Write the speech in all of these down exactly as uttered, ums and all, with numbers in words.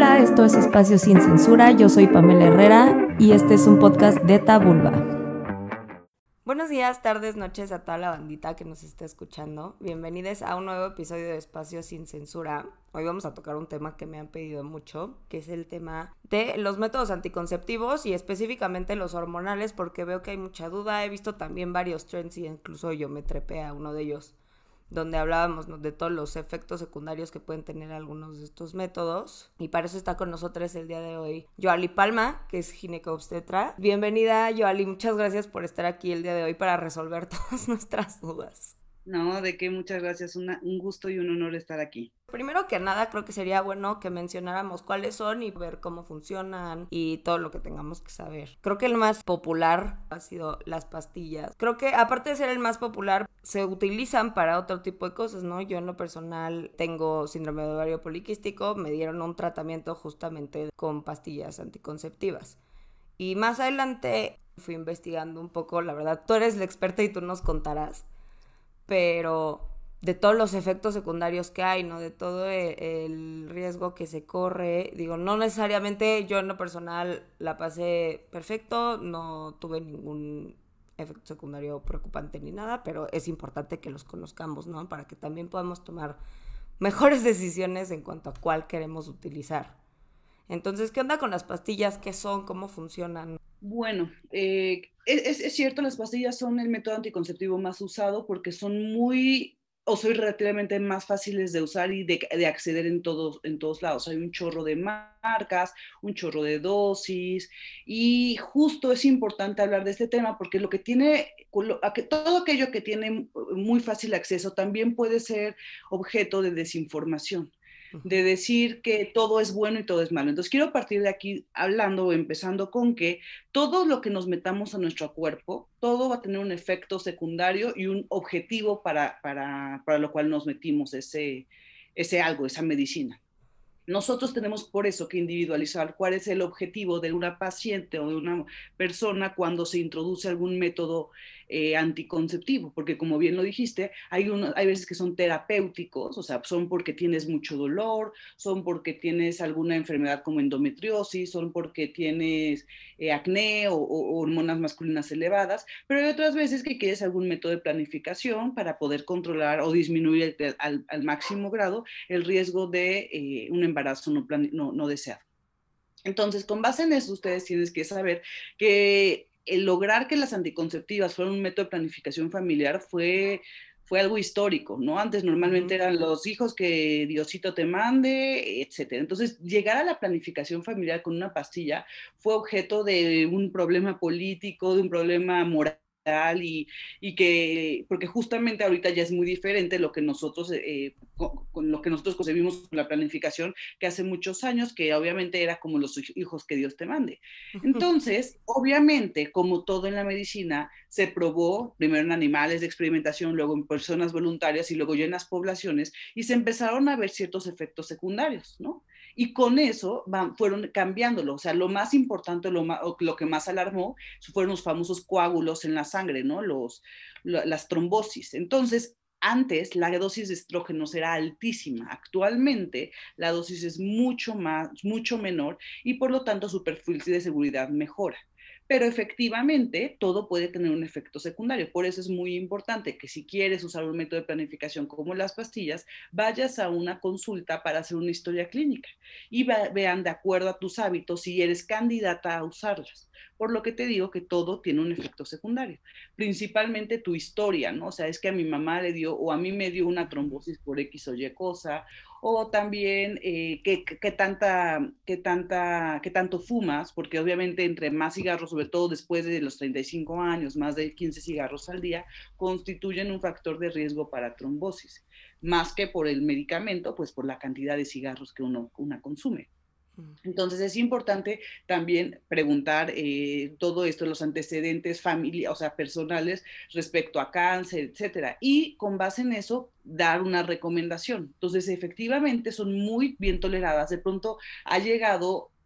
Hola, esto es Espacio Sin Censura, yo soy Pamela Herrera y este es un podcast de Tabulba. Buenos días, tardes, noches a toda la bandita que nos está escuchando. Bienvenidos a un nuevo episodio de Espacio Sin Censura. Hoy vamos a tocar un tema que me han pedido mucho, que es el tema de los métodos anticonceptivos y específicamente los hormonales, porque veo que hay mucha duda. He visto también varios trends y incluso yo me trepé a uno de ellos, donde hablábamos, ¿no?, de todos los efectos secundarios que pueden tener algunos de estos métodos. Y para eso está con nosotros el día de hoy Yoali Palma, que es ginecobstetra. Bienvenida, Yoali, muchas gracias por estar aquí el día de hoy para resolver todas nuestras dudas. No, de qué, muchas gracias, Una, un gusto y un honor estar aquí. Primero que nada, creo que sería bueno que mencionáramos cuáles son y ver cómo funcionan y todo lo que tengamos que saber. Creo que el más popular ha sido las pastillas. Creo que aparte de ser el más popular, se utilizan para otro tipo de cosas, ¿no? Yo en lo personal tengo síndrome de ovario poliquístico, me dieron un tratamiento justamente con pastillas anticonceptivas. Y más adelante fui investigando un poco, la verdad, tú eres la experta y tú nos contarás, pero de todos los efectos secundarios que hay, ¿no? De todo el riesgo que se corre. Digo, no necesariamente yo en lo personal la pasé perfecto, no tuve ningún efecto secundario preocupante ni nada, pero es importante que los conozcamos, ¿no? Para que también podamos tomar mejores decisiones en cuanto a cuál queremos utilizar. Entonces, ¿qué onda con las pastillas? ¿Qué son? ¿Cómo funcionan? Bueno, eh, es, es cierto, las pastillas son el método anticonceptivo más usado porque son muy, o son relativamente más fáciles de usar y de, de acceder en todos, en todos lados. Hay un chorro de marcas, un chorro de dosis, y justo es importante hablar de este tema porque lo que tiene, todo aquello que tiene muy fácil acceso también puede ser objeto de desinformación, de decir que todo es bueno y todo es malo. Entonces quiero partir de aquí hablando o empezando con que todo lo que nos metamos a nuestro cuerpo, todo va a tener un efecto secundario y un objetivo para, para, para lo cual nos metimos ese, ese algo, esa medicina. Nosotros tenemos por eso que individualizar cuál es el objetivo de una paciente o de una persona cuando se introduce algún método eh, anticonceptivo, porque como bien lo dijiste, hay, uno, hay veces que son terapéuticos, o sea, son porque tienes mucho dolor, son porque tienes alguna enfermedad como endometriosis, son porque tienes eh, acné o, o hormonas masculinas elevadas, pero hay otras veces que quieres algún método de planificación para poder controlar o disminuir el, al, al máximo grado el riesgo de eh, un embarazo no, plan, no, no deseado. Entonces, con base en eso, ustedes tienen que saber que el lograr que las anticonceptivas fueran un método de planificación familiar fue, fue algo histórico, ¿no? Antes normalmente uh-huh. eran los hijos que Diosito te mande, etcétera. Entonces, llegar a la planificación familiar con una pastilla fue objeto de un problema político, de un problema moral, Y, y que, porque justamente ahorita ya es muy diferente lo que nosotros, eh, con, con lo que nosotros concebimos con la planificación, que hace muchos años, que obviamente era como los hijos que Dios te mande. Entonces, obviamente, como todo en la medicina, se probó primero en animales de experimentación, luego en personas voluntarias y luego ya en las poblaciones, y se empezaron a ver ciertos efectos secundarios, ¿no? Y con eso van, fueron cambiándolo. O sea, lo más importante, lo, más, lo que más alarmó, fueron los famosos coágulos en la sangre, ¿no? Los, lo, las trombosis. Entonces, antes la dosis de estrógenos era altísima. Actualmente la dosis es mucho más, mucho menor y por lo tanto su perfil de seguridad mejora. Pero efectivamente todo puede tener un efecto secundario. Por eso es muy importante que si quieres usar un método de planificación como las pastillas, vayas a una consulta para hacer una historia clínica y vean de acuerdo a tus hábitos si eres candidata a usarlas. Por lo que te digo que todo tiene un efecto secundario, principalmente tu historia, ¿no? O sea, es que a mi mamá le dio o a mí me dio una trombosis por X o Y cosa, o también eh, qué, qué, tanta, qué, tanta, qué tanto fumas, porque obviamente entre más cigarros, sobre todo después de los treinta y cinco años, más de quince cigarros al día, constituyen un factor de riesgo para trombosis, más que por el medicamento, pues por la cantidad de cigarros que uno una consume. Entonces es importante también preguntar eh, todo esto, los antecedentes familia, o sea, personales respecto a cáncer, etcétera. Y con base en eso, dar una recomendación. Entonces, efectivamente, son muy bien toleradas. De pronto ha llegado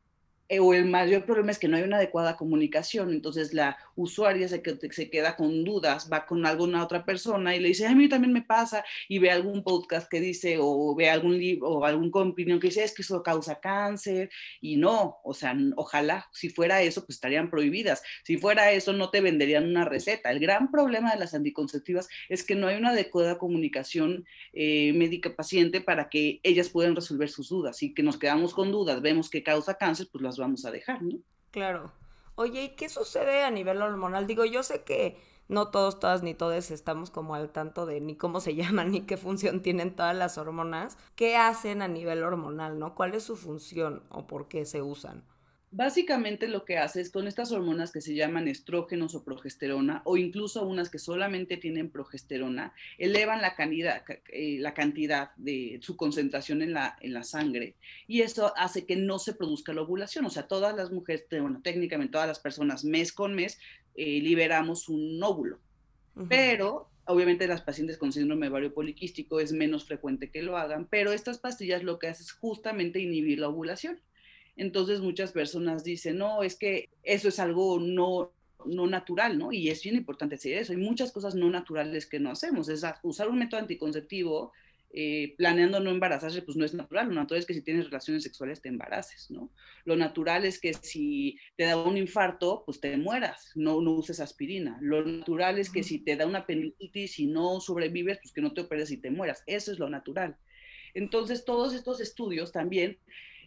eh, o el mayor problema es que no hay una adecuada comunicación, entonces la usuaria se, se queda con dudas, va con alguna otra persona y le dice, a mí también me pasa, y ve algún podcast que dice, o ve algún libro, o algún opinión que dice, es que eso causa cáncer, y no, o sea, ojalá, si fuera eso, pues estarían prohibidas, si fuera eso, no te venderían una receta. El gran problema de las anticonceptivas es que no hay una adecuada comunicación eh, médica-paciente para que ellas puedan resolver sus dudas, y que nos quedamos con dudas, vemos que causa cáncer, pues las vamos a dejar, ¿no? Claro. Oye, ¿y qué sucede a nivel hormonal? Digo, yo sé que no todos, todas ni todos estamos como al tanto de ni cómo se llaman ni qué función tienen todas las hormonas. ¿Qué hacen a nivel hormonal, no? ¿Cuál es su función o por qué se usan? Básicamente lo que hace es con estas hormonas que se llaman estrógenos o progesterona, o incluso unas que solamente tienen progesterona, elevan la cantidad, eh, la cantidad de su concentración en la, en la sangre, y eso hace que no se produzca la ovulación. O sea, todas las mujeres, bueno, técnicamente todas las personas mes con mes eh, liberamos un óvulo, Ujú. pero obviamente las pacientes con síndrome ovario poliquístico es menos frecuente que lo hagan, pero estas pastillas lo que hacen es justamente inhibir la ovulación. Entonces muchas personas dicen, no, es que eso es algo no, no natural, ¿no? Y es bien importante decir eso. Hay muchas cosas no naturales que no hacemos. Es usar un método anticonceptivo eh, planeando no embarazarse, pues no es natural. Lo natural es que si tienes relaciones sexuales te embaraces, ¿no? Lo natural es que si te da un infarto, pues te mueras, no, no uses aspirina. Lo natural es que si te da una apendicitis y no sobrevives, pues que no te operes y te mueras. Eso es lo natural. Entonces, todos estos estudios también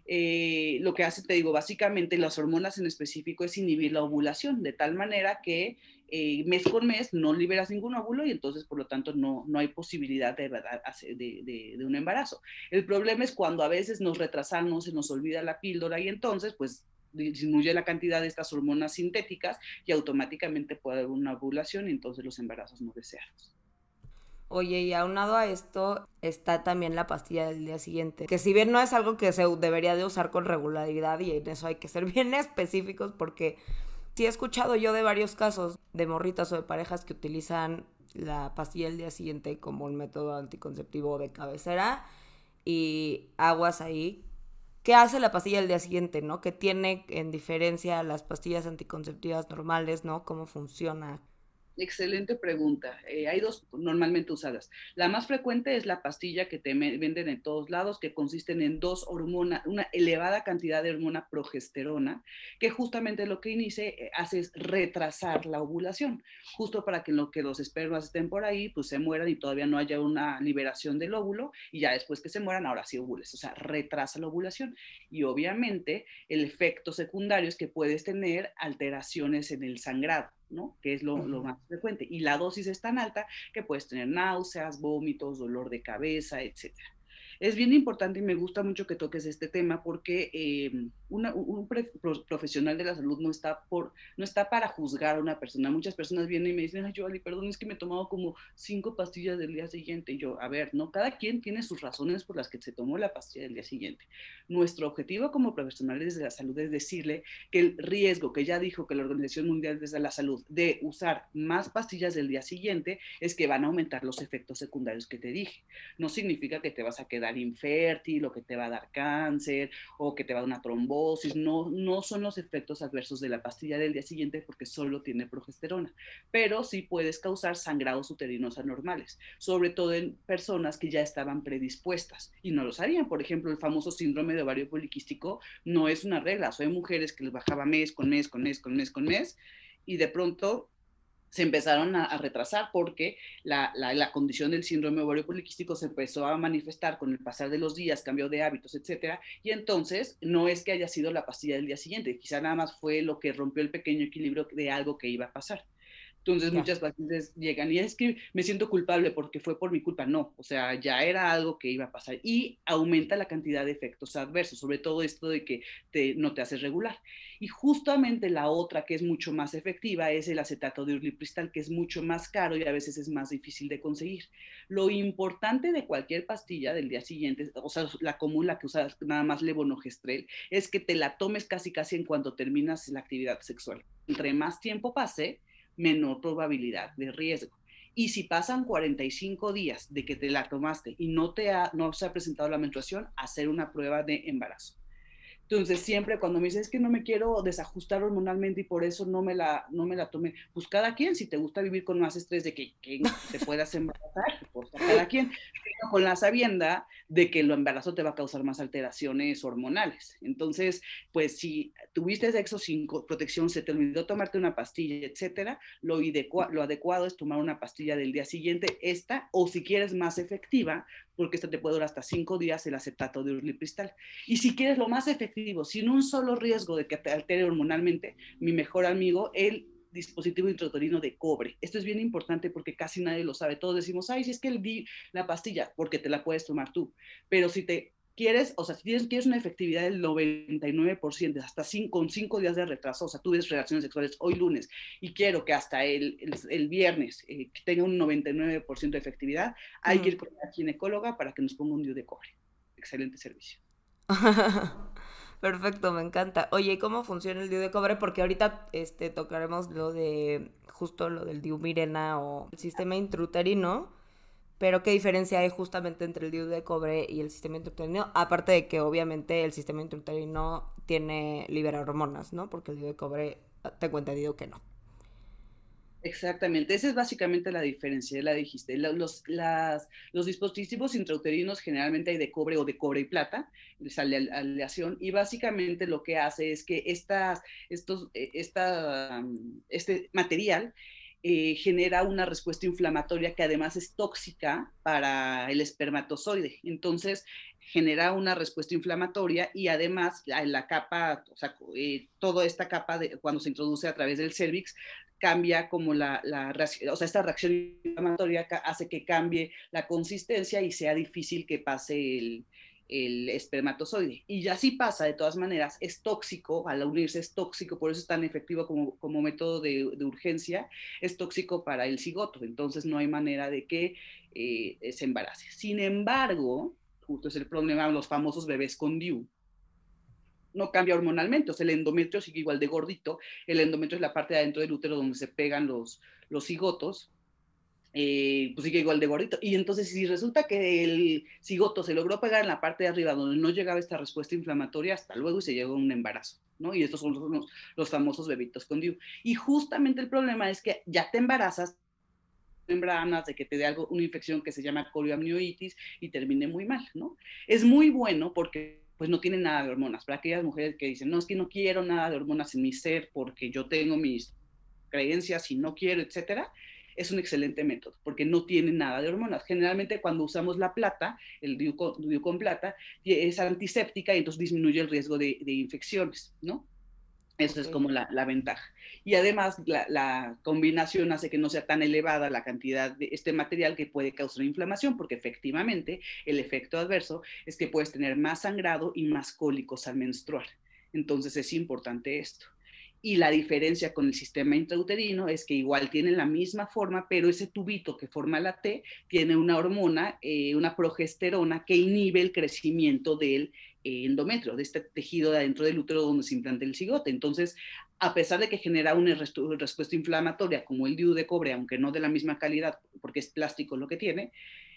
eh, lo que hace, te digo, básicamente las hormonas en específico es inhibir la ovulación, de tal manera que eh, mes con mes no liberas ningún óvulo y entonces, por lo tanto, no, no hay posibilidad de, de, de, de un embarazo. El problema es cuando a veces nos retrasamos, se nos olvida la píldora y entonces, pues, disminuye la cantidad de estas hormonas sintéticas y automáticamente puede haber una ovulación y entonces los embarazos no deseados. Oye, y aunado a esto está también la pastilla del día siguiente, que si bien no es algo que se debería de usar con regularidad y en eso hay que ser bien específicos porque sí he escuchado yo de varios casos de morritas o de parejas que utilizan la pastilla del día siguiente como un método anticonceptivo de cabecera y aguas ahí. ¿Qué hace la pastilla del día siguiente, no? ¿Qué tiene en diferencia a las pastillas anticonceptivas normales, no? ¿Cómo funciona? Excelente pregunta. Eh, hay dos normalmente usadas. La más frecuente es la pastilla que te venden en todos lados, que consisten en dos hormonas, una elevada cantidad de hormona progesterona, que justamente lo que inicia, eh, hace es retrasar la ovulación, justo para que en lo que los espermas estén por ahí, pues se mueran y todavía no haya una liberación del óvulo, y ya después que se mueran, ahora sí ovules. O sea, retrasa la ovulación. Y obviamente el efecto secundario es que puedes tener alteraciones en el sangrado, ¿no? Que es lo, lo, más frecuente. Y la dosis es tan alta que puedes tener náuseas, vómitos, dolor de cabeza, etcétera. Es bien importante y me gusta mucho que toques este tema porque eh, una, un pre, pro, profesional de la salud no está, por, no está para juzgar a una persona. Muchas personas vienen y me dicen, ay, Joali, perdón, es que me he tomado como cinco pastillas del día siguiente. Y yo, a ver, no, cada quien tiene sus razones por las que se tomó la pastilla del día siguiente. Nuestro objetivo como profesionales de la salud es decirle que el riesgo que ya dijo que la Organización Mundial de la Salud de usar más pastillas del día siguiente es que van a aumentar los efectos secundarios que te dije. No significa que te vas a quedar infértil o que te va a dar cáncer o que te va a dar una trombosis. No, no son los efectos adversos de la pastilla del día siguiente porque solo tiene progesterona, pero sí puedes causar sangrados uterinos anormales, sobre todo en personas que ya estaban predispuestas y no lo sabían. Por ejemplo, el famoso síndrome de ovario poliquístico no es una regla. O sea, hay mujeres que les bajaba mes con mes, con mes, con mes, con mes, y de pronto se empezaron a, a retrasar porque la, la, la, condición del síndrome ovario poliquístico se empezó a manifestar con el pasar de los días, cambio de hábitos, etcétera, y entonces no es que haya sido la pastilla del día siguiente, quizá nada más fue lo que rompió el pequeño equilibrio de algo que iba a pasar. Entonces Ya. muchas pacientes llegan y es que me siento culpable porque fue por mi culpa. No, o sea, ya era algo que iba a pasar y aumenta la cantidad de efectos adversos, sobre todo esto de que te, no te haces regular. Y justamente la otra que es mucho más efectiva es el acetato de urlipristal, que es mucho más caro y a veces es más difícil de conseguir. Lo importante de cualquier pastilla del día siguiente, o sea, la común, la que usas nada más levonorgestrel, es que te la tomes casi casi en cuanto terminas la actividad sexual. Entre más tiempo pase, menor probabilidad de riesgo. Y si pasan cuarenta y cinco días de que te la tomaste y no, te ha, no se ha presentado la menstruación, hacer una prueba de embarazo. Entonces, siempre cuando me dices, es que no me quiero desajustar hormonalmente y por eso no me la, no me la tomé, pues cada quien, si te gusta vivir con más estrés de que, que te puedas embarazar, pues a cada quien, pero con la sabienda de que el embarazo te va a causar más alteraciones hormonales. Entonces, pues si tuviste sexo sin protección, se te olvidó tomarte una pastilla, etcétera, lo, lo adecuado es tomar una pastilla del día siguiente, esta, o si quieres más efectiva, porque esta te puede durar hasta cinco días, el acetato de urlipristal. Y si quieres lo más efectivo, sin un solo riesgo de que te altere hormonalmente, mi mejor amigo, el dispositivo intrauterino de cobre. Esto es bien importante porque casi nadie lo sabe. Todos decimos, ay, si es que el di la pastilla, porque te la puedes tomar tú. Pero si te quieres, o sea, si tienes, quieres una efectividad del noventa y nueve por ciento, hasta cinco, con cinco días de retraso, o sea, tú ves relaciones sexuales hoy lunes y quiero que hasta el, el, el viernes eh, tenga un noventa y nueve por ciento de efectividad, hay mm. que ir con la ginecóloga para que nos ponga un D I U de cobre. Excelente servicio. Perfecto, me encanta. Oye, ¿cómo funciona el D I U de cobre? Porque ahorita este, tocaremos lo de, justo lo del D I U Mirena o el sistema intrauterino. Pero ¿qué diferencia hay justamente entre el D I U de cobre y el sistema intrauterino? Aparte de que obviamente el sistema intrauterino tiene, libera hormonas, ¿no? Porque el D I U de cobre, tengo entendido que no. Exactamente, esa es básicamente la diferencia, ya la dijiste. Los, las, los dispositivos intrauterinos generalmente hay de cobre o de cobre y plata, esa aleación, y básicamente lo que hace es que estas, estos, esta, este material Eh, genera una respuesta inflamatoria que además es tóxica para el espermatozoide. Entonces, genera una respuesta inflamatoria y además la, la capa, o sea, eh, toda esta capa, de, cuando se introduce a través del cervix, cambia como la, la, o sea, esta reacción inflamatoria hace que cambie la consistencia y sea difícil que pase el, el espermatozoide. Y ya sí pasa, de todas maneras, es tóxico, al unirse es tóxico, por eso es tan efectivo como, como método de, de urgencia, es tóxico para el cigoto, entonces no hay manera de que eh, se embarace. Sin embargo, justo es el problema de los famosos bebés con D I U, no cambia hormonalmente, o sea, el endometrio sigue igual de gordito, el endometrio es la parte de adentro del útero donde se pegan los, los cigotos, eh, pues sigue igual de gordito. Y entonces, si resulta que el cigoto se logró pegar en la parte de arriba donde no llegaba esta respuesta inflamatoria, hasta luego y se llegó a un embarazo, ¿no? Y estos son los, los famosos bebitos con D I U. Y justamente el problema es que ya te embarazas, membranas, de que te dé algo, una infección que se llama corioamnionitis y termine muy mal, ¿no? Es muy bueno porque pues no tiene nada de hormonas. Para aquellas mujeres que dicen, no, es que no quiero nada de hormonas en mi ser porque yo tengo mis creencias y no quiero, etcétera, es un excelente método porque no tiene nada de hormonas. Generalmente cuando usamos la plata, el D I U con, D I U con plata, es antiséptica y entonces disminuye el riesgo de, de infecciones, ¿no? Eso okay. es como la, la ventaja. Y además la, la combinación hace que no sea tan elevada la cantidad de este material que puede causar inflamación, porque efectivamente el efecto adverso es que puedes tener más sangrado y más cólicos al menstruar. Entonces es importante esto. Y la diferencia con el sistema intrauterino es que igual tienen la misma forma, pero ese tubito que forma la T tiene una hormona, eh, una progesterona que inhibe el crecimiento del eh, endometrio, de este tejido de adentro del útero donde se implanta el cigote. Entonces, a pesar de que genera una respuesta inflamatoria como el D I U de cobre, aunque no de la misma calidad, porque es plástico lo que tiene,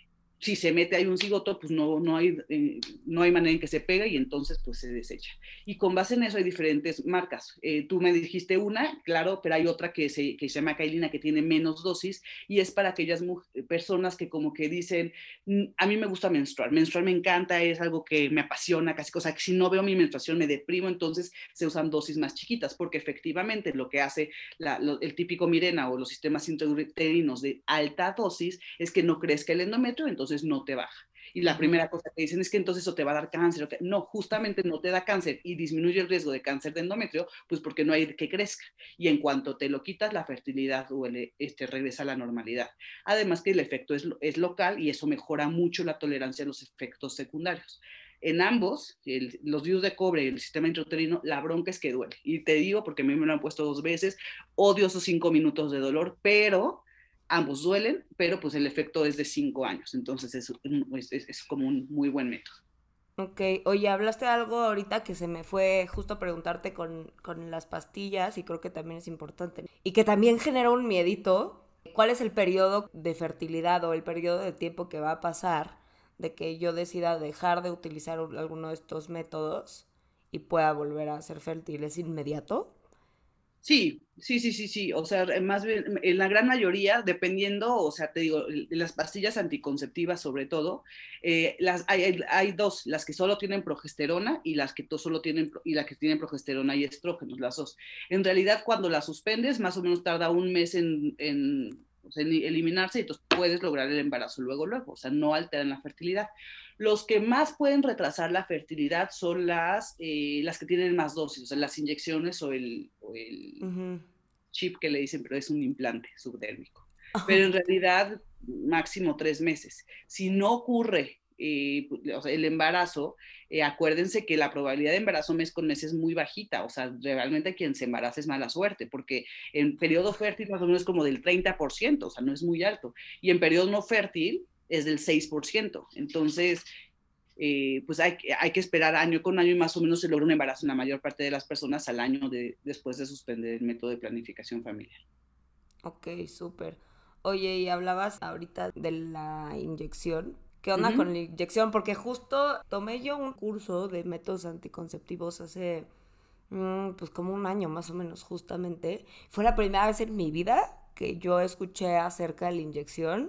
si se mete ahí un cigoto, pues no, no, hay, eh, no hay manera en que se pegue y entonces pues se desecha. Y con base en eso hay diferentes marcas. Eh, tú me dijiste una, claro, pero hay otra que se, que se llama Cailina que tiene menos dosis y es para aquellas personas que como que dicen, a mí me gusta menstruar, menstruar me encanta, es algo que me apasiona, casi cosa que si no veo mi menstruación me deprimo, entonces se usan dosis más chiquitas porque efectivamente lo que hace la, lo, el típico Mirena o los sistemas intrauterinos de alta dosis es que no crezca el endometrio, entonces no te baja. Y la uh-huh. primera cosa que dicen es que entonces eso te va a dar cáncer. No, justamente no te da cáncer y disminuye el riesgo de cáncer de endometrio, pues porque no hay que crezca. Y en cuanto te lo quitas, la fertilidad o el, este, regresa a la normalidad. Además que el efecto es, es local y eso mejora mucho la tolerancia a los efectos secundarios. En ambos, el, los D I Us de cobre y el sistema intrauterino, la bronca es que duele. Y te digo, porque a mí me lo han puesto dos veces, odio esos cinco minutos de dolor, pero ambos duelen, pero pues el efecto es de cinco años, entonces es, es, es como un muy buen método. Ok, oye, hablaste de algo ahorita que se me fue justo a preguntarte con, con las pastillas y creo que también es importante. Y que también genera un miedito. ¿Cuál es el periodo de fertilidad o el periodo de tiempo que va a pasar de que yo decida dejar de utilizar alguno de estos métodos y pueda volver a ser fértil, ¿es inmediato? Sí, sí, sí, sí, sí. O sea, más bien, en la gran mayoría, dependiendo, o sea, te digo, las pastillas anticonceptivas sobre todo, eh, las, hay, hay, hay, dos, las que solo tienen progesterona y las que solo tienen, y las que tienen progesterona y estrógenos, las dos. En realidad, cuando las suspendes, más o menos tarda un mes en, en, o sea, en eliminarse y entonces puedes lograr el embarazo luego, luego. O sea, no alteran la fertilidad. Los que más pueden retrasar la fertilidad son las, eh, las que tienen más dosis, o sea, las inyecciones o el, o el Ujú. chip que le dicen, pero es un implante subdérmico. Pero en realidad, máximo tres meses. Si no ocurre eh, o sea, el embarazo, eh, acuérdense que la probabilidad de embarazo mes con mes es muy bajita. O sea, realmente quien se embaraza es mala suerte, porque en periodo fértil más o menos es como del treinta por ciento, o sea, no es muy alto. Y en periodo no fértil es del seis por ciento. Entonces, eh, pues hay, hay, que esperar año con año y más o menos se logra un embarazo en la mayor parte de las personas al año de, después de suspender el método de planificación familiar. Ok, súper. Oye, y hablabas ahorita de la inyección. ¿Qué Uh onda -huh. con la inyección? Porque justo tomé yo un curso de métodos anticonceptivos hace, mm, pues como un año más o menos, justamente. Fue la primera vez en mi vida que yo escuché acerca de la inyección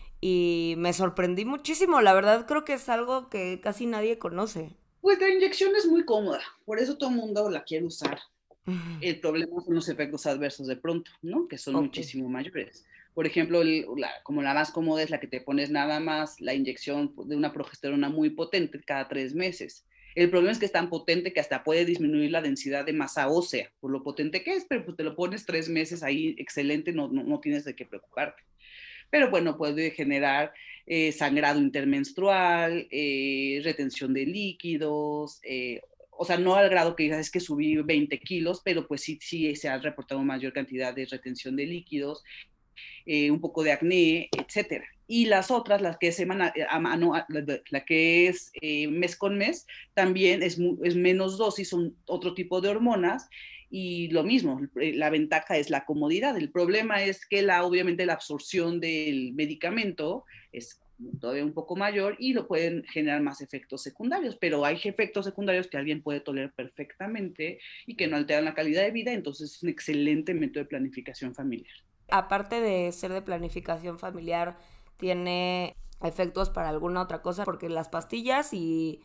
y me sorprendí muchísimo. La verdad creo que es algo que casi nadie conoce. Pues la inyección es muy cómoda, por eso todo el mundo la quiere usar. El problema son los efectos adversos de pronto, ¿no? Que son Ok. muchísimo mayores. Por ejemplo, el, la, como la más cómoda es la que te pones nada más la inyección de una progesterona muy potente cada tres meses. El problema es que es tan potente que hasta puede disminuir la densidad de masa ósea, por lo potente que es, pero pues te lo pones tres meses ahí, excelente, no, no, no tienes de qué preocuparte. Pero bueno, puede generar eh, sangrado intermenstrual, eh, retención de líquidos, eh, o sea, no al grado que digas es que subí veinte kilos, pero pues sí, sí se ha reportado mayor cantidad de retención de líquidos, eh, un poco de acné, etcétera. Y las otras, las que es semana, la, la que es eh, mes con mes, también es, es menos dosis, son otro tipo de hormonas y lo mismo, la ventaja es la comodidad. El problema es que la, obviamente la absorción del medicamento es todavía un poco mayor y lo pueden generar más efectos secundarios, pero hay efectos secundarios que alguien puede tolerar perfectamente y que no alteran la calidad de vida, entonces es un excelente método de planificación familiar. Aparte de ser de planificación familiar, ¿tiene efectos para alguna otra cosa? Porque las pastillas y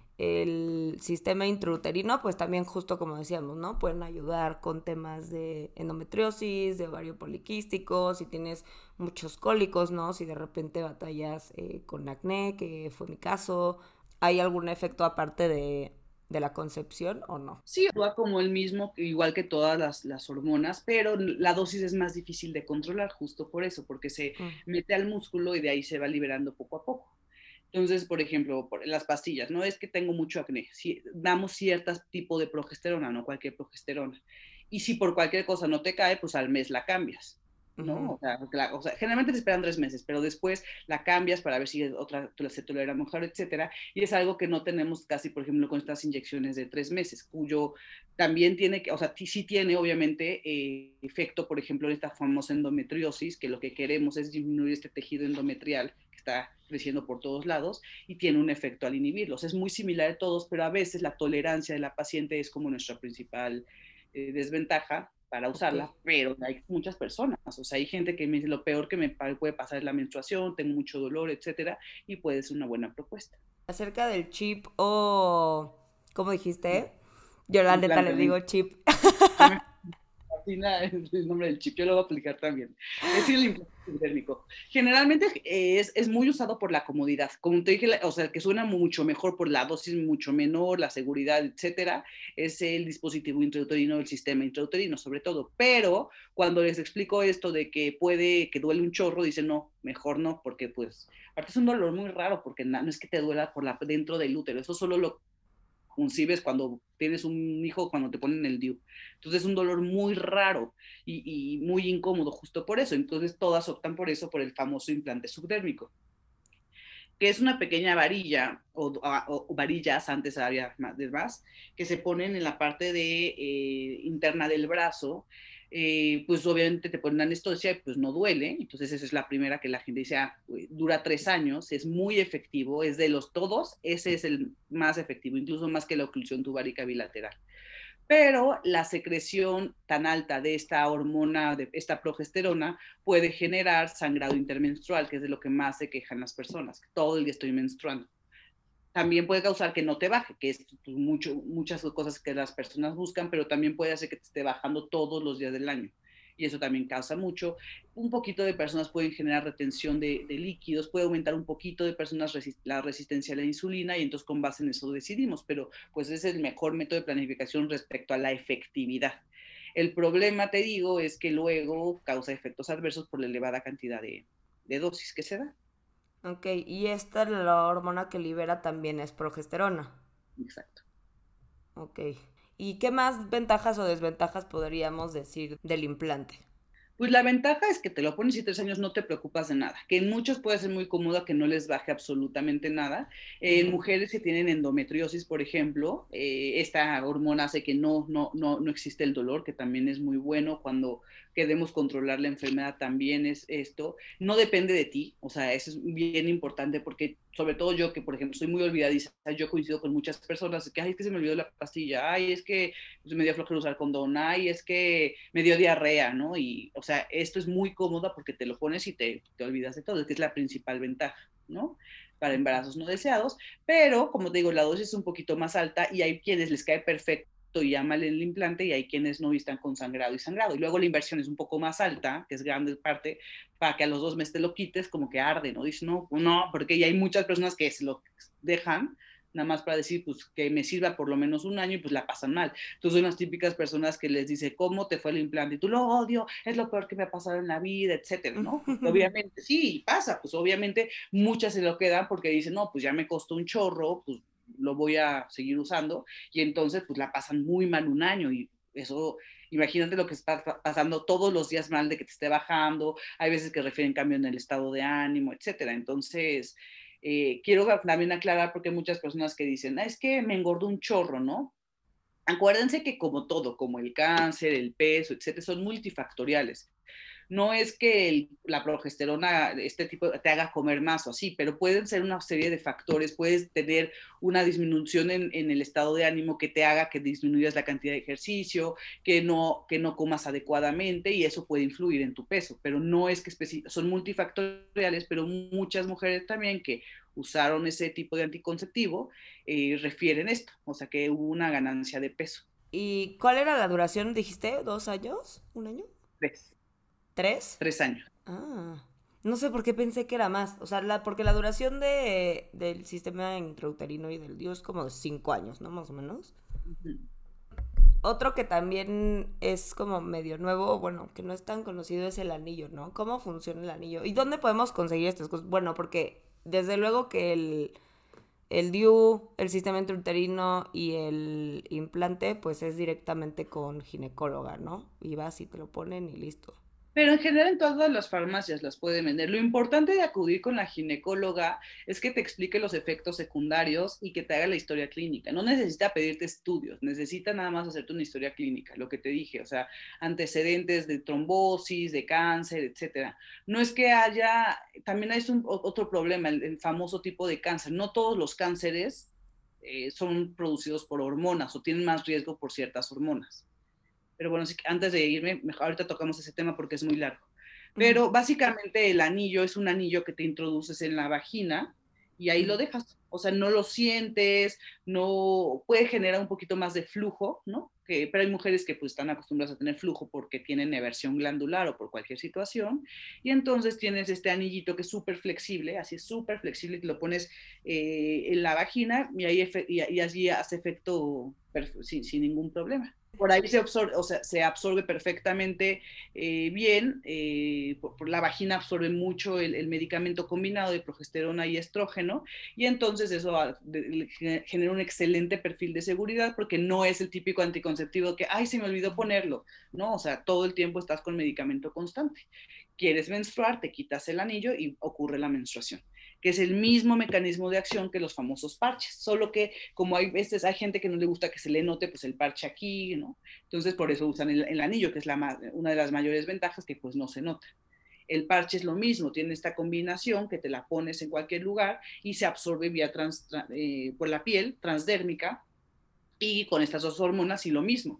el sistema intrauterino, pues también justo como decíamos, ¿no? Pueden ayudar con temas de endometriosis, de ovario poliquístico, si tienes muchos cólicos, ¿no? Si de repente batallas eh, con acné, que fue mi caso, ¿hay algún efecto aparte de, de la concepción o no? Sí, actúa como el mismo, igual que todas las, las hormonas, pero la dosis es más difícil de controlar justo por eso, porque se Mm. mete al músculo y de ahí se va liberando poco a poco. Entonces, por ejemplo, por las pastillas, no es que tengo mucho acné, si damos cierto tipo de progesterona, no cualquier progesterona. Y si por cualquier cosa no te cae, pues al mes la cambias, ¿no? Uh-huh. O sea, la, o sea, generalmente te esperan tres meses, pero después la cambias para ver si otra se tolera mejor, etcétera. Y es algo que no tenemos casi, por ejemplo, con estas inyecciones de tres meses, cuyo también tiene que, o sea, sí tiene obviamente eh, efecto, por ejemplo, en esta famosa endometriosis, que lo que queremos es disminuir este tejido endometrial que está creciendo por todos lados y tiene un efecto al inhibirlos. Es muy similar a todos, pero a veces la tolerancia de la paciente es como nuestra principal eh, desventaja para usarla, Ok. pero hay muchas personas, o sea, hay gente que me dice lo peor que me puede pasar es la menstruación, tengo mucho dolor, etcétera, y puede ser una buena propuesta. Acerca del chip o... ¿Cómo dijiste? Yo la neta Implante, le me digo chip. fascina el nombre del chip, yo lo voy a aplicar también. Es el implante subdérmico. Generalmente es, es muy usado por la comodidad, como te dije, o sea, que suena mucho mejor por la dosis mucho menor, la seguridad, etcétera, es el dispositivo intrauterino, el sistema intrauterino sobre todo, pero cuando les explico esto de que puede, que duele un chorro, dicen no, mejor no, porque pues, aparte es un dolor muy raro, porque no es que te duela por la, dentro del útero, eso solo lo concibes cuando tienes un hijo, cuando te ponen el D I U. Entonces es un dolor muy raro y, y, muy incómodo justo por eso. Entonces todas optan por eso, por el famoso implante subdérmico, que es una pequeña varilla o, o, o varillas, antes había más, de más, que se ponen en la parte de, eh, interna del brazo, eh, pues obviamente te ponen anestesia y pues no duele. Entonces esa es la primera que la gente dice, ah, dura tres años, es muy efectivo, es de los todos, ese es el más efectivo, incluso más que la oclusión tubárica bilateral. Pero la secreción tan alta de esta hormona, de esta progesterona, puede generar sangrado intermenstrual, que es de lo que más se quejan las personas, que todo el día estoy menstruando. También puede causar que no te baje, que es pues, mucho, muchas cosas que las personas buscan, pero también puede hacer que te esté bajando todos los días del año. Y eso también causa mucho. Un poquito de personas pueden generar retención de, de líquidos, puede aumentar un poquito de personas resist la resistencia a la insulina y entonces con base en eso decidimos, pero pues es el mejor método de planificación respecto a la efectividad. El problema, te digo, es que luego causa efectos adversos por la elevada cantidad de, de dosis que se da. Ok, y esta, la hormona que libera también es progesterona. Exacto. Ok. ¿Y qué más ventajas o desventajas podríamos decir del implante? Pues la ventaja es que te lo pones y tres años no te preocupas de nada, que en muchos puede ser muy cómodo que no les baje absolutamente nada. Eh, en Ujú. mujeres que tienen endometriosis, por ejemplo, eh, esta hormona hace que no, no, no, no existe el dolor, que también es muy bueno cuando queremos controlar la enfermedad, también es esto. No depende de ti, o sea, eso es bien importante porque sobre todo yo que, por ejemplo, soy muy olvidadiza, yo coincido con muchas personas que, ay, es que se me olvidó la pastilla, ay, es que pues, me dio flojera usar condón, ay, es que me dio diarrea, ¿no? Y, o sea, esto es muy cómodo porque te lo pones y te, te olvidas de todo, que es la principal ventaja, ¿no? Para embarazos no deseados, pero como te digo, la dosis es un poquito más alta y hay quienes les cae perfecto y llaman el implante y hay quienes no y están con sangrado y sangrado. Y luego la inversión es un poco más alta, que es grande parte, para que a los dos meses te lo quites, como que arde, ¿no? Dices, no, no, porque ya hay muchas personas que se lo dejan nada más para decir, pues, que me sirva por lo menos un año y pues la pasan mal. Entonces son las típicas personas que les dice, ¿cómo te fue el implante? Y tú lo odio, es lo peor que me ha pasado en la vida, etcétera, ¿no? Porque obviamente, sí, pasa, pues obviamente muchas se lo quedan porque dicen, no, pues ya me costó un chorro, pues lo voy a seguir usando y entonces pues la pasan muy mal un año y eso, imagínate lo que está pasando todos los días mal de que te esté bajando, hay veces que refieren cambio en el estado de ánimo, etcétera. Entonces, eh, quiero también aclarar porque hay muchas personas que dicen, ah, es que me engordo un chorro, ¿no? Acuérdense que como todo, como el cáncer, el peso, etcétera, son multifactoriales. No es que el, la progesterona, este tipo, te haga comer más o así, pero pueden ser una serie de factores. Puedes tener una disminución en, en el estado de ánimo que te haga que disminuyas la cantidad de ejercicio, que no, que no comas adecuadamente y eso puede influir en tu peso, pero no es que son multifactoriales, pero muchas mujeres también que usaron ese tipo de anticonceptivo eh, refieren esto, o sea que hubo una ganancia de peso. ¿Y cuál era la duración? ¿Dijiste? ¿Dos años? ¿Un año? Tres, ¿Tres? tres años. Ah, no sé por qué pensé que era más. O sea, la, porque la duración de, del sistema intrauterino y del D I U es como de cinco años, ¿no? Más o menos. Uh -huh. Otro que también es como medio nuevo, bueno, que no es tan conocido, es el anillo, ¿no? ¿Cómo funciona el anillo? ¿Y dónde podemos conseguir estas cosas? Bueno, porque desde luego que el, el D I U, el sistema intrauterino y el implante, pues es directamente con ginecóloga, ¿no? Y vas y te lo ponen y listo. Pero en general en todas las farmacias las pueden vender. Lo importante de acudir con la ginecóloga es que te explique los efectos secundarios y que te haga la historia clínica. No necesita pedirte estudios, necesita nada más hacerte una historia clínica, lo que te dije, o sea, antecedentes de trombosis, de cáncer, etcétera. No es que haya, también hay un, otro problema, el, el famoso tipo de cáncer. No todos los cánceres eh, son producidos por hormonas o tienen más riesgo por ciertas hormonas. Pero bueno, antes de irme, mejor, ahorita tocamos ese tema porque es muy largo. Pero básicamente el anillo es un anillo que te introduces en la vagina y ahí lo dejas. O sea, no lo sientes, no puede generar un poquito más de flujo, ¿no? Que, pero hay mujeres que pues están acostumbradas a tener flujo porque tienen eversión glandular o por cualquier situación. Y entonces tienes este anillito que es súper flexible, así es súper flexible, que lo pones eh, en la vagina y, ahí y, y así hace efecto sin, sin ningún problema. Por ahí se absorbe, o sea, se absorbe perfectamente eh, bien, eh, por, por, la vagina absorbe mucho el, el, medicamento combinado de progesterona y estrógeno, y entonces eso a, de, genera un excelente perfil de seguridad, porque no es el típico anticonceptivo que, ay, se me olvidó ponerlo, ¿no? O sea, todo el tiempo estás con medicamento constante. Quieres menstruar, te quitas el anillo y ocurre la menstruación. que es el mismo mecanismo de acción que los famosos parches, solo que como hay veces hay gente que no le gusta que se le note pues el parche aquí, ¿no? Entonces por eso usan el, el anillo, que es la, una de las mayores ventajas, que pues no se nota. El parche es lo mismo, tiene esta combinación que te la pones en cualquier lugar y se absorbe vía trans, eh, por la piel transdérmica, y con estas dos hormonas y lo mismo.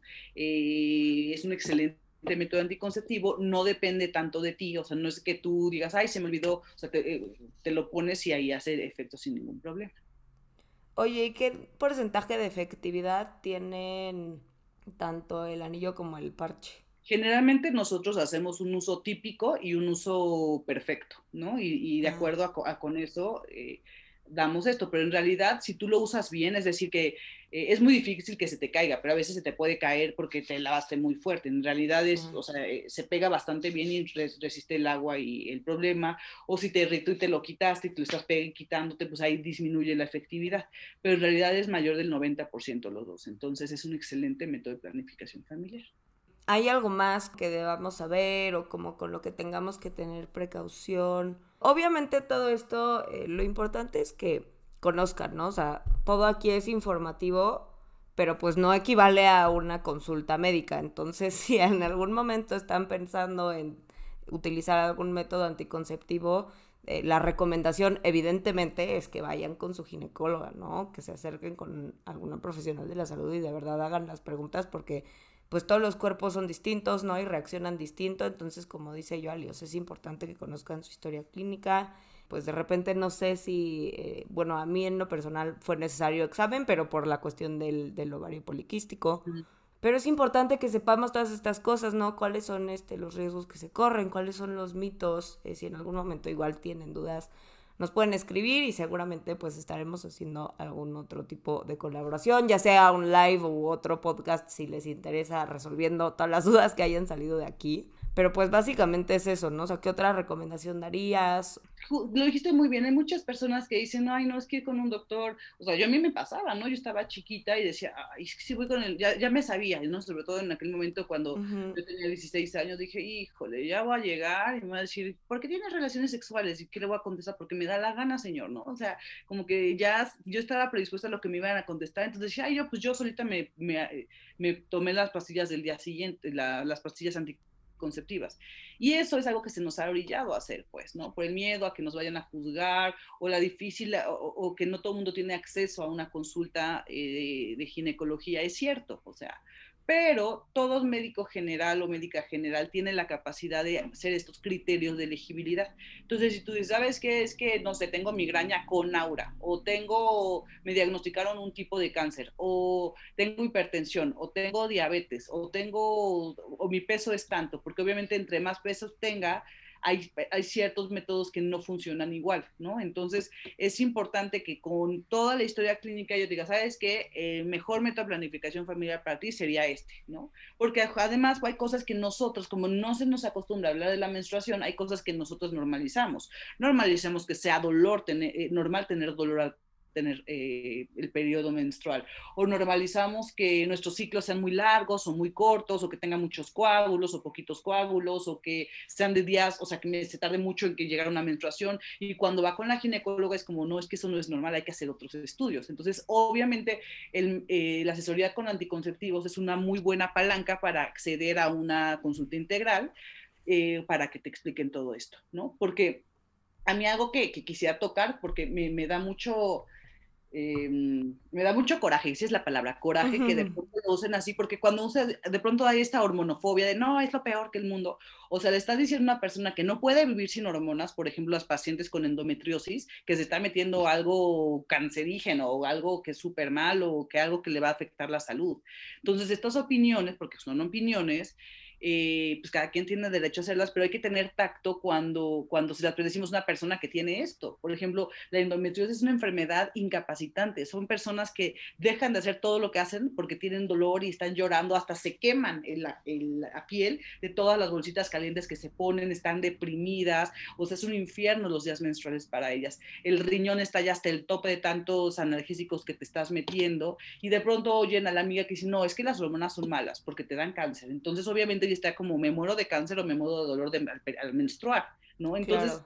Eh, es un excelente método anticonceptivo, no depende tanto de ti, o sea, no es que tú digas, ay, se me olvidó, o sea, te, eh, te lo pones y ahí hace efecto sin ningún problema. Oye, ¿y qué porcentaje de efectividad tienen tanto el anillo como el parche? Generalmente nosotros hacemos un uso típico y un uso perfecto, ¿no? Y, y de Ah, acuerdo a, a con eso eh, damos esto, pero en realidad si tú lo usas bien, es decir, que eh, es muy difícil que se te caiga, pero a veces se te puede caer porque te lavaste muy fuerte. En realidad es, ah. o sea, eh, se pega bastante bien y res, resiste el agua y el problema, o si te irritó y te lo quitaste y te lo estás quitándote, pues ahí disminuye la efectividad, pero en realidad es mayor del noventa por ciento los dos, entonces es un excelente método de planificación familiar. ¿Hay algo más que debamos saber o como con lo que tengamos que tener precaución? Obviamente todo esto, eh, lo importante es que conozcan, ¿no? O sea, todo aquí es informativo, pero pues no equivale a una consulta médica. Entonces, si en algún momento están pensando en utilizar algún método anticonceptivo, eh, la recomendación evidentemente es que vayan con su ginecóloga, ¿no? Que se acerquen con alguna profesional de la salud y de verdad hagan las preguntas porque pues todos los cuerpos son distintos, ¿no? Y reaccionan distinto, entonces como dice Yoali, es importante que conozcan su historia clínica, pues de repente no sé si, eh, bueno, a mí en lo personal fue necesario examen, pero por la cuestión del, del ovario poliquístico, Mm. pero es importante que sepamos todas estas cosas, ¿no? Cuáles son este, los riesgos que se corren, cuáles son los mitos, eh, si en algún momento igual tienen dudas, nos pueden escribir y seguramente pues estaremos haciendo algún otro tipo de colaboración, ya sea un live u otro podcast si les interesa, resolviendo todas las dudas que hayan salido de aquí. Pero pues básicamente es eso, ¿no? O sea, ¿qué otra recomendación darías? Lo dijiste muy bien, hay muchas personas que dicen, ay, no, es que ir con un doctor, o sea, yo a mí me pasaba, ¿no? Yo estaba chiquita y decía, ay, es que si voy con él, ya, ya me sabía, ¿no? Sobre todo en aquel momento cuando Uh-huh. yo tenía dieciséis años, dije, híjole, ya voy a llegar y me va a decir, ¿por qué tienes relaciones sexuales? ¿Y qué le voy a contestar? Porque me da la gana, señor, ¿no? O sea, como que ya yo estaba predispuesta a lo que me iban a contestar, entonces decía, ay, yo pues yo solita me, me, me tomé las pastillas del día siguiente, la, las pastillas anticonceptivas. Y eso es algo que se nos ha orillado a hacer, pues, ¿no? Por el miedo a que nos vayan a juzgar o la difícil, o, o que no todo el mundo tiene acceso a una consulta eh, de, de ginecología, es cierto, o sea, pero todo médico general o médica general tiene la capacidad de hacer estos criterios de elegibilidad. Entonces, si tú dices, ¿sabes qué? Es que, no sé, tengo migraña con aura, o tengo, me diagnosticaron un tipo de cáncer, o tengo hipertensión, o tengo diabetes, o tengo, o mi peso es tanto, porque obviamente entre más pesos tenga, hay, hay, ciertos métodos que no funcionan igual, ¿no? Entonces, es importante que con toda la historia clínica yo diga, ¿sabes qué? El mejor método de planificación familiar para ti sería este, ¿no? Porque además hay cosas que nosotros, como no se nos acostumbra a hablar de la menstruación, hay cosas que nosotros normalizamos. Normalizamos que sea dolor, tener, eh, normal tener dolor al tener eh, el periodo menstrual, o normalizamos que nuestros ciclos sean muy largos o muy cortos, o que tengan muchos coágulos o poquitos coágulos, o que sean de días, o sea, que se tarde mucho en que llegara una menstruación, y cuando va con la ginecóloga es como, no, es que eso no es normal, hay que hacer otros estudios. Entonces, obviamente, el, eh, la asesoría con anticonceptivos es una muy buena palanca para acceder a una consulta integral, eh, para que te expliquen todo esto, ¿no? Porque a mí algo que, que quisiera tocar, porque me, me da mucho, eh, me da mucho coraje, esa es la palabra, coraje, que de Uh-huh. pronto lo usen así, porque cuando usa, de pronto hay esta hormonofobia de no, es lo peor que el mundo, o sea, le estás diciendo a una persona que no puede vivir sin hormonas, por ejemplo, las pacientes con endometriosis, que se está metiendo algo cancerígeno o algo que es súper malo o que algo que le va a afectar la salud. Entonces, estas opiniones, porque son opiniones, eh, pues cada quien tiene derecho a hacerlas, pero hay que tener tacto cuando, cuando se las decimos a una persona que tiene esto. Por ejemplo, la endometriosis es una enfermedad incapacitante. Son personas que dejan de hacer todo lo que hacen porque tienen dolor y están llorando, hasta se queman en la, en la piel de todas las bolsitas calientes que se ponen, están deprimidas, o sea, es un infierno los días menstruales para ellas. El riñón está ya hasta el tope de tantos analgésicos que te estás metiendo, y de pronto oyen a la amiga que dice, no, es que las hormonas son malas porque te dan cáncer. Entonces, obviamente, ella está como, me muero de cáncer o me muero de dolor de, al, al menstruar, ¿no? Entonces, Claro.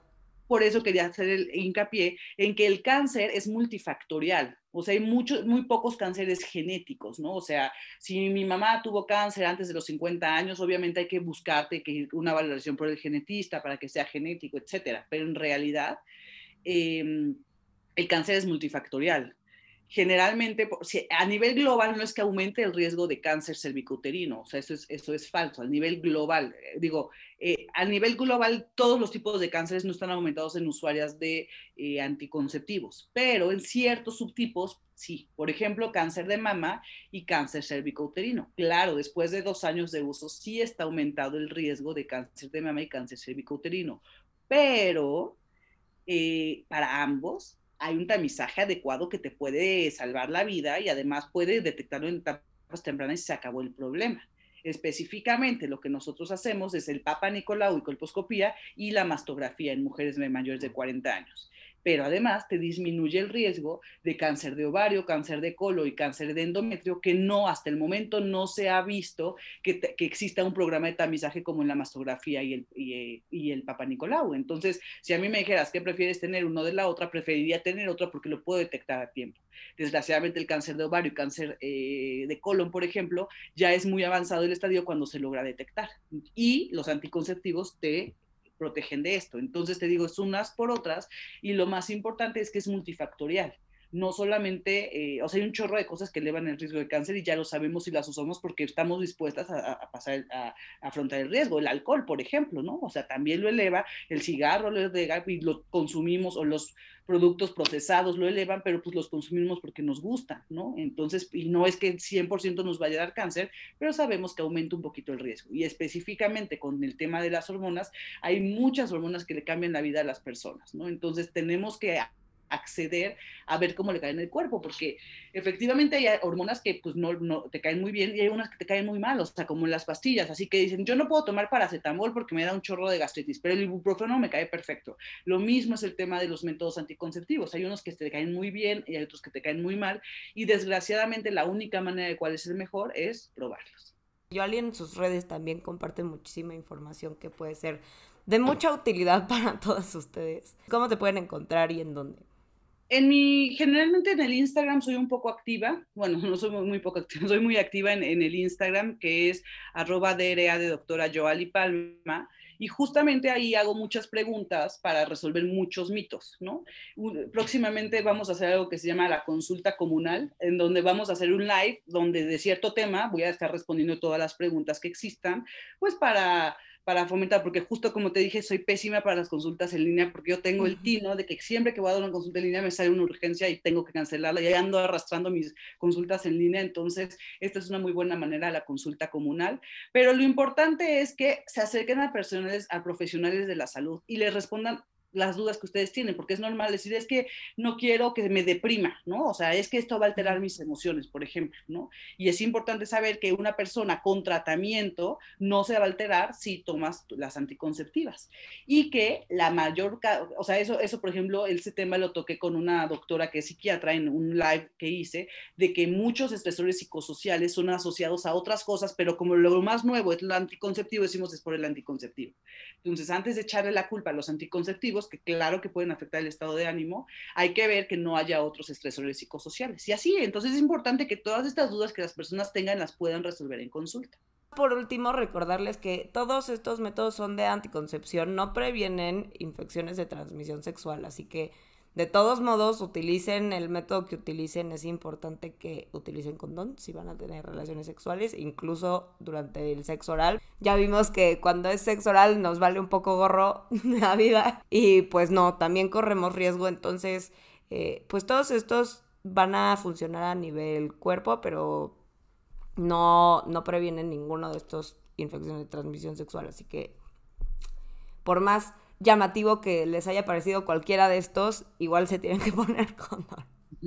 por eso quería hacer el hincapié en que el cáncer es multifactorial. O sea, hay muchos, muy pocos cánceres genéticos, ¿no? O sea, si mi mamá tuvo cáncer antes de los cincuenta años, obviamente hay que buscarte que una valoración por el genetista para que sea genético, etcétera. Pero en realidad, eh, el cáncer es multifactorial. Generalmente, a nivel global, no es que aumente el riesgo de cáncer cervicouterino, o sea, eso es, eso es falso. A nivel global, eh, digo, eh, a nivel global, todos los tipos de cánceres no están aumentados en usuarias de eh, anticonceptivos, pero en ciertos subtipos, sí. Por ejemplo, cáncer de mama y cáncer cervicouterino. Claro, después de dos años de uso, sí está aumentado el riesgo de cáncer de mama y cáncer cervicouterino, pero eh, para ambos hay un tamizaje adecuado que te puede salvar la vida y además puede detectarlo en etapas tempranas y se acabó el problema. Específicamente lo que nosotros hacemos es el Papa Nicolau y colposcopía y la mastografía en mujeres mayores de cuarenta años. Pero además te disminuye el riesgo de cáncer de ovario, cáncer de colon y cáncer de endometrio, que no, hasta el momento no se ha visto que, te, que exista un programa de tamizaje como en la mastografía y el, y, y el Papa Nicolau. Entonces, si a mí me dijeras que prefieres tener uno de la otra, preferiría tener otra porque lo puedo detectar a tiempo. Desgraciadamente el cáncer de ovario y cáncer eh, de colon, por ejemplo, ya es muy avanzado el estadio cuando se logra detectar. Y los anticonceptivos te protegen de esto. Entonces te digo, es unas por otras y lo más importante es que es multifactorial. No solamente, eh, o sea, hay un chorro de cosas que elevan el riesgo de cáncer y ya lo sabemos y las usamos porque estamos dispuestas a, a pasar, a, a afrontar el riesgo. El alcohol, por ejemplo, ¿no? O sea, también lo eleva, el cigarro lo eleva y lo consumimos, o los productos procesados lo elevan, pero pues los consumimos porque nos gustan, ¿no? Entonces, y no es que cien por ciento nos vaya a dar cáncer, pero sabemos que aumenta un poquito el riesgo. Y específicamente con el tema de las hormonas, hay muchas hormonas que le cambian la vida a las personas, ¿no? Entonces tenemos que acceder a ver cómo le cae en el cuerpo, porque efectivamente hay hormonas que pues no, no te caen muy bien y hay unas que te caen muy mal, o sea, como las pastillas, así que dicen, yo no puedo tomar paracetamol porque me da un chorro de gastritis, pero el ibuprofeno me cae perfecto. Lo mismo es el tema de los métodos anticonceptivos, hay unos que te caen muy bien y hay otros que te caen muy mal, y desgraciadamente la única manera de cuál es el mejor es probarlos. Yoali en sus redes también comparte muchísima información que puede ser de mucha utilidad para todos ustedes. ¿Cómo te pueden encontrar y en dónde? En mi, generalmente en el Instagram soy un poco activa, bueno, no soy muy, muy poco activa, soy muy activa en, en el Instagram, que es arroba D R A de doctora Yoali Palma, y justamente ahí hago muchas preguntas para resolver muchos mitos, ¿no? Próximamente vamos a hacer algo que se llama la consulta comunal, en donde vamos a hacer un live donde de cierto tema voy a estar respondiendo todas las preguntas que existan, pues para para fomentar, porque justo como te dije, soy pésima para las consultas en línea, porque yo tengo el tino de que siempre que voy a dar una consulta en línea me sale una urgencia y tengo que cancelarla, y ando arrastrando mis consultas en línea, entonces esta es una muy buena manera, la consulta comunal, pero lo importante es que se acerquen a personas, a profesionales de la salud y les respondan las dudas que ustedes tienen, porque es normal decir, es que no quiero que me deprima, ¿no? O sea, es que esto va a alterar mis emociones, por ejemplo, ¿no? Y es importante saber que una persona con tratamiento no se va a alterar si tomas las anticonceptivas. Y que la mayor, o sea, eso, eso por ejemplo, ese tema lo toqué con una doctora que es psiquiatra en un live que hice, de que muchos estresores psicosociales son asociados a otras cosas, pero como lo más nuevo es el anticonceptivo, decimos es por el anticonceptivo. Entonces, antes de echarle la culpa a los anticonceptivos, que claro que pueden afectar el estado de ánimo, hay que ver que no haya otros estresores psicosociales. Y así, entonces es importante que todas estas dudas que las personas tengan las puedan resolver en consulta. Por último, recordarles que todos estos métodos son de anticoncepción, no previenen infecciones de transmisión sexual, así que de todos modos, utilicen el método que utilicen, es importante que utilicen condón si van a tener relaciones sexuales, incluso durante el sexo oral. Ya vimos que cuando es sexo oral nos vale un poco gorro la vida y pues no, también corremos riesgo, entonces eh, pues todos estos van a funcionar a nivel cuerpo, pero no, no previenen ninguno de estos infecciones de transmisión sexual, así que por más llamativo que les haya parecido cualquiera de estos, igual se tienen que poner condón.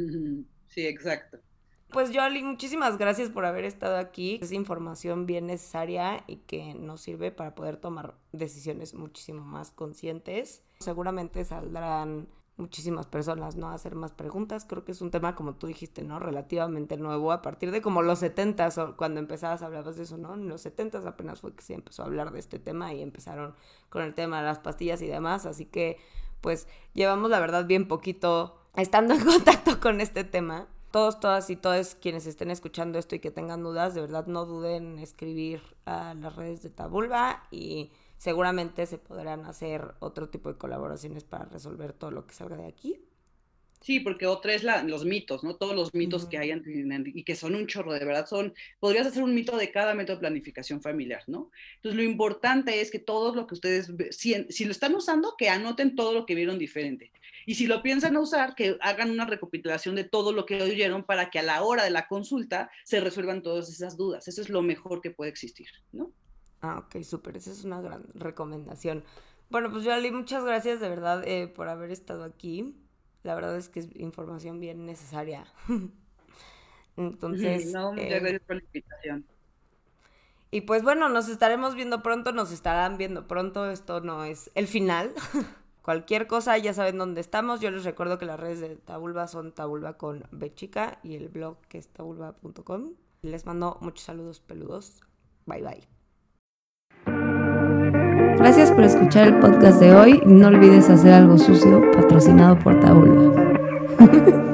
Sí, exacto. Pues Yoali, muchísimas gracias por haber estado aquí. Es información bien necesaria y que nos sirve para poder tomar decisiones muchísimo más conscientes. Seguramente saldrán muchísimas personas, ¿no? A hacer más preguntas. Creo que es un tema, como tú dijiste, ¿no? Relativamente nuevo, a partir de como los setentas, cuando empezabas hablabas de eso, ¿no? En los setentas apenas fue que se empezó a hablar de este tema y empezaron con el tema de las pastillas y demás, así que pues llevamos la verdad bien poquito estando en contacto con este tema. Todos, todas y todos quienes estén escuchando esto y que tengan dudas, de verdad no duden en escribir a las redes de Tabulba y seguramente se podrán hacer otro tipo de colaboraciones para resolver todo lo que salga de aquí. Sí, porque otra es la, los mitos, ¿no? Todos los mitos uh-huh. que hay y que son un chorro, de verdad, son, podrías hacer un mito de cada método de planificación familiar, ¿no? Entonces, lo importante es que todo lo que ustedes, si, si lo están usando, que anoten todo lo que vieron diferente. Y si lo piensan usar, que hagan una recopilación de todo lo que oyeron para que a la hora de la consulta se resuelvan todas esas dudas. Eso es lo mejor que puede existir, ¿no? Ah, ok, súper, esa es una gran recomendación. Bueno, pues Yoli, muchas gracias de verdad eh, por haber estado aquí. La verdad es que es información bien necesaria. Entonces... No, muchas eh, gracias por la invitación. Y pues bueno, nos estaremos viendo pronto, nos estarán viendo pronto. Esto no es el final. Cualquier cosa, ya saben dónde estamos. Yo les recuerdo que las redes de Tabulba son Tabulba con B chica y el blog que es tabulba punto com. Les mando muchos saludos peludos. Bye, bye. Gracias por escuchar el podcast de hoy. No olvides hacer algo sucio patrocinado por Tabulba.